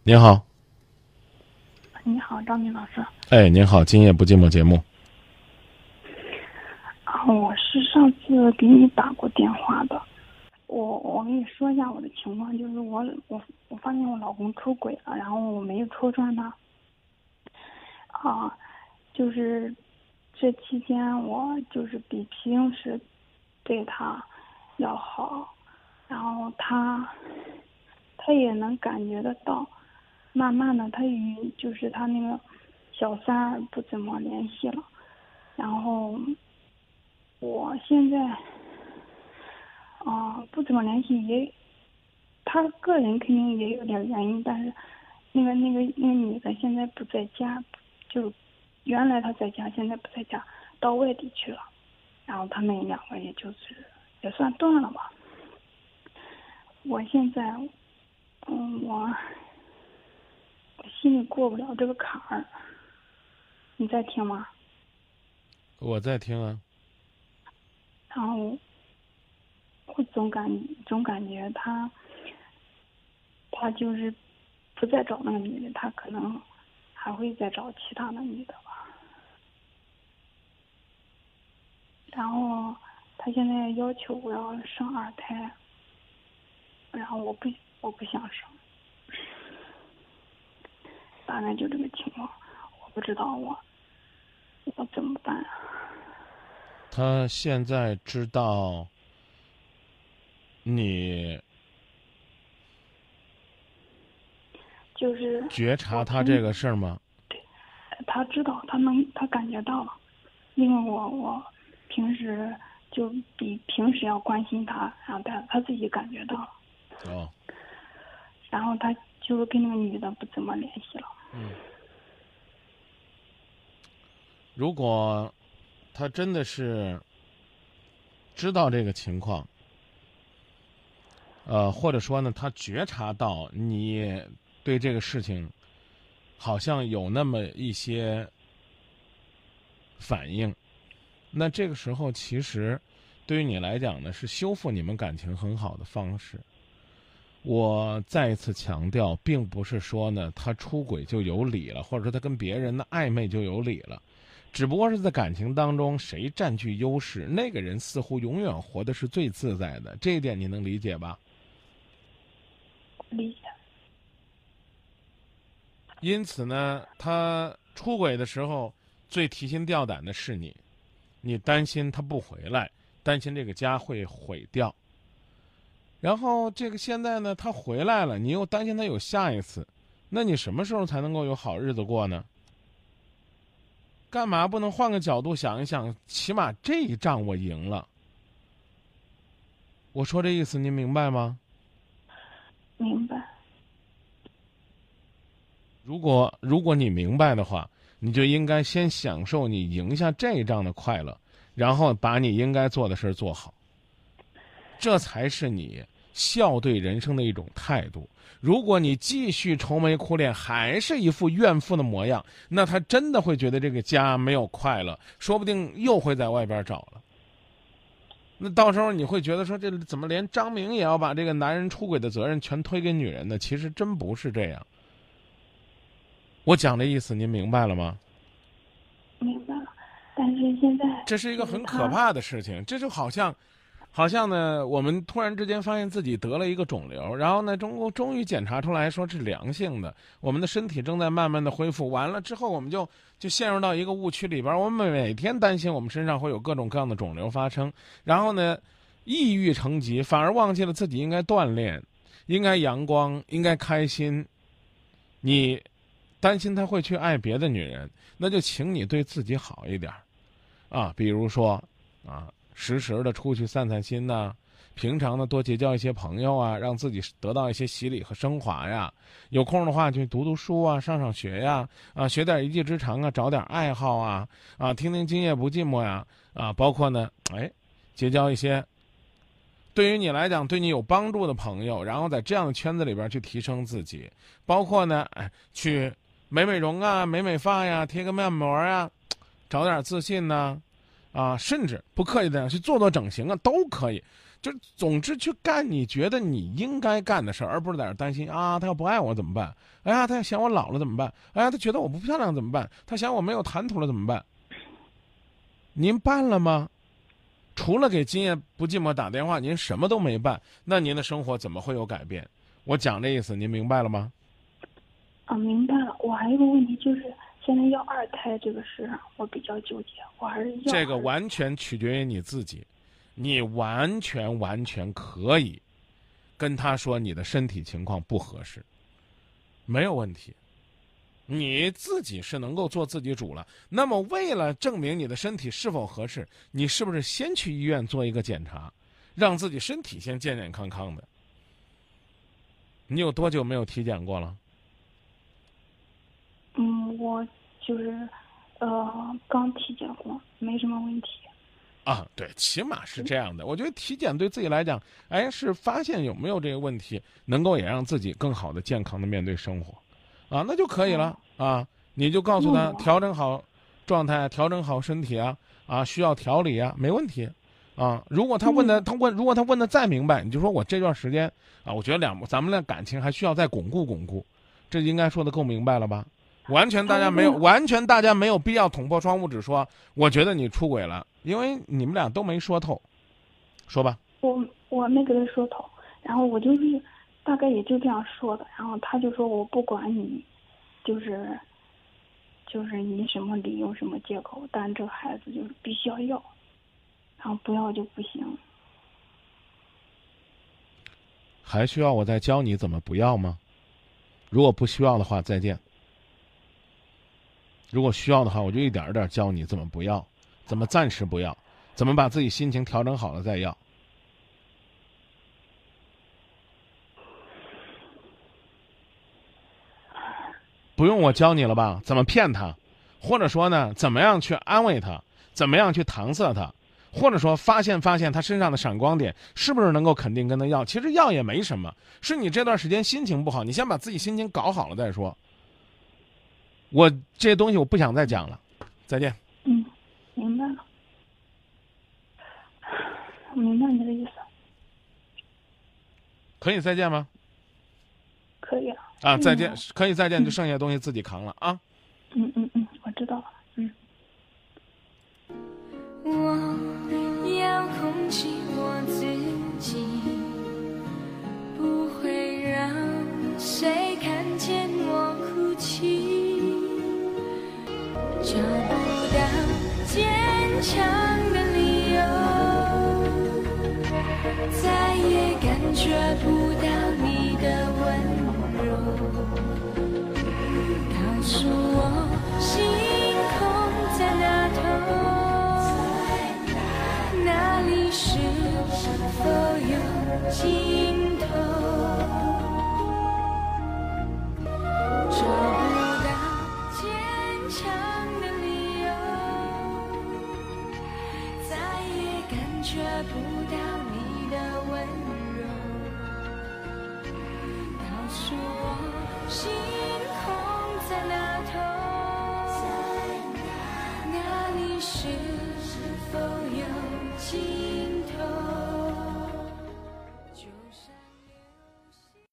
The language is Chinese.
您好。 你好，张明老师。 哎，您好，今夜不寂寞节目。 我是上次给你打过电话的。我跟你说一下我的情况，就是我发现我老公出轨了，然后我没有戳穿他。就是这期间我就是比平时对他要好，然后他也能感觉得到，慢慢的他与就是他那个小三儿不怎么联系了，然后我现在不怎么联系，他个人肯定也有点原因，但是那个女的现在不在家，就原来她在家，现在不在家，到外地去了，然后他们两个也算断了吧。我现在我心里过不了这个坎儿，你在听吗？ 我在听啊。 然后我总感觉他就是不再找那个女的，他可能还会再找其他的女的吧。然后他现在要求我要生二胎，然后我不想生，大概就这个情况，我不知道我怎么办啊？ 他现在知道你就是觉察他这个事儿吗？ 他知道，他感觉到了，因为我平时就比平时要关心他，然后他自己感觉到了。 哦。 然后他就跟那个女的不怎么联系了。 如果他真的是知道这个情况，或者说呢，他觉察到你对这个事情好像有那么一些反应，那这个时候其实对于你来讲呢，是修复你们感情很好的方式。我再一次强调，并不是说呢他出轨就有理了，或者说他跟别人的暧昧就有理了，只不过是在感情当中谁占据优势，那个人似乎永远活的是最自在的，这一点你能理解吧？ 理解。 因此呢，他出轨的时候最提心吊胆的是你，你担心他不回来，担心这个家会毁掉。然后这个现在呢，他回来了，你又担心他有下一次，那你什么时候才能够有好日子过呢？干嘛不能换个角度想一想？起码这一仗我赢了。我说这意思您明白吗？ 明白。 如果你明白的话，你就应该先享受你赢下这一仗的快乐，然后把你应该做的事儿做好，这才是你笑对人生的一种态度。如果你继续愁眉苦脸，还是一副怨妇的模样，那他真的会觉得这个家没有快乐，说不定又会在外边找了。那到时候你会觉得说，这怎么连张明也要把这个男人出轨的责任全推给女人呢？其实真不是这样。我讲的意思您明白了吗？ 明白了。但是现在这是一个很可怕的事情，这就好像呢，我们突然之间发现自己得了一个肿瘤，然后呢，终于检查出来说是良性的，我们的身体正在慢慢的恢复。完了之后，我们就陷入到一个误区里边，我们每天担心我们身上会有各种各样的肿瘤发生，然后呢，抑郁成疾，反而忘记了自己应该锻炼，应该阳光，应该开心。你担心他会去爱别的女人，那就请你对自己好一点啊，比如说时时的出去散散心呐，平常的多结交一些朋友啊，让自己得到一些洗礼和升华呀。有空的话就读读书啊，上学呀，学点一技之长啊，找点爱好啊，听听今夜不寂寞呀，包括呢，结交一些对于你来讲对你有帮助的朋友，然后在这样的圈子里边去提升自己，包括呢，去美容啊，美发呀，贴个面膜呀，找点自信呐。甚至不客气的讲，去做整形啊，都可以。 就总之去干你觉得你应该干的事儿，而不是在那儿担心啊，他要不爱我怎么办？哎呀，他要嫌我老了怎么办？哎呀，他觉得我不漂亮怎么办？他嫌我没有谈吐了怎么办？您办了吗？除了给今夜不寂寞打电话，您什么都没办，那您的生活怎么会有改变？我讲这意思，您明白了吗？ 啊，明白了。我还有一个问题，就是现在要二胎这个事，我比较纠结。我还是要这个完全取决于你自己，你完全可以跟他说你的身体情况不合适，没有问题。你自己是能够做自己主了。那么，为了证明你的身体是否合适，你是不是先去医院做一个检查，让自己身体先健健康康的？你有多久没有体检过了？ 我就是刚体检过，没什么问题。 啊，对，起码是这样的。我觉得体检对自己来讲，哎，是发现有没有这个问题，能够也让自己更好的、健康的面对生活，啊，那就可以了啊。你就告诉他调整好状态，调整好身体啊，需要调理啊，没问题，啊。如果他问的再明白，你就说我这段时间啊，我觉得咱们的感情还需要再巩固巩固，这应该说的够明白了吧？完全大家没有必要捅破窗户纸说，我觉得你出轨了，因为你们俩都没说透。说吧。 我没给他说透，然后我就是大概也就这样说的，然后他就说我不管你，就是以什么理由什么借口，但这个孩子就是必须要，然后不要就不行。 还需要我再教你怎么不要吗？如果不需要的话，再见。如果需要的话，我就一点一点教你怎么不要，怎么暂时不要，怎么把自己心情调整好了再要。不用我教你了吧？怎么骗他，或者说呢，怎么样去安慰他，怎么样去搪塞他，或者说发现他身上的闪光点，是不是能够肯定跟他要？其实要也没什么，是你这段时间心情不好，你先把自己心情搞好了再说。我这些东西我不想再讲了，再见。 明白了，我明白你的意思。 可以再见吗？ 可以了。 啊，再见，可以再见，就剩下的东西自己扛了啊。 我知道了。 我要控制我自己，不会让谁看见我哭泣。找不到坚强的理由，再也感觉不到你的温柔。告诉我，星空在哪头？哪里是否有尽头？找不到坚强的理由，再也感觉不到你的温柔。告诉我，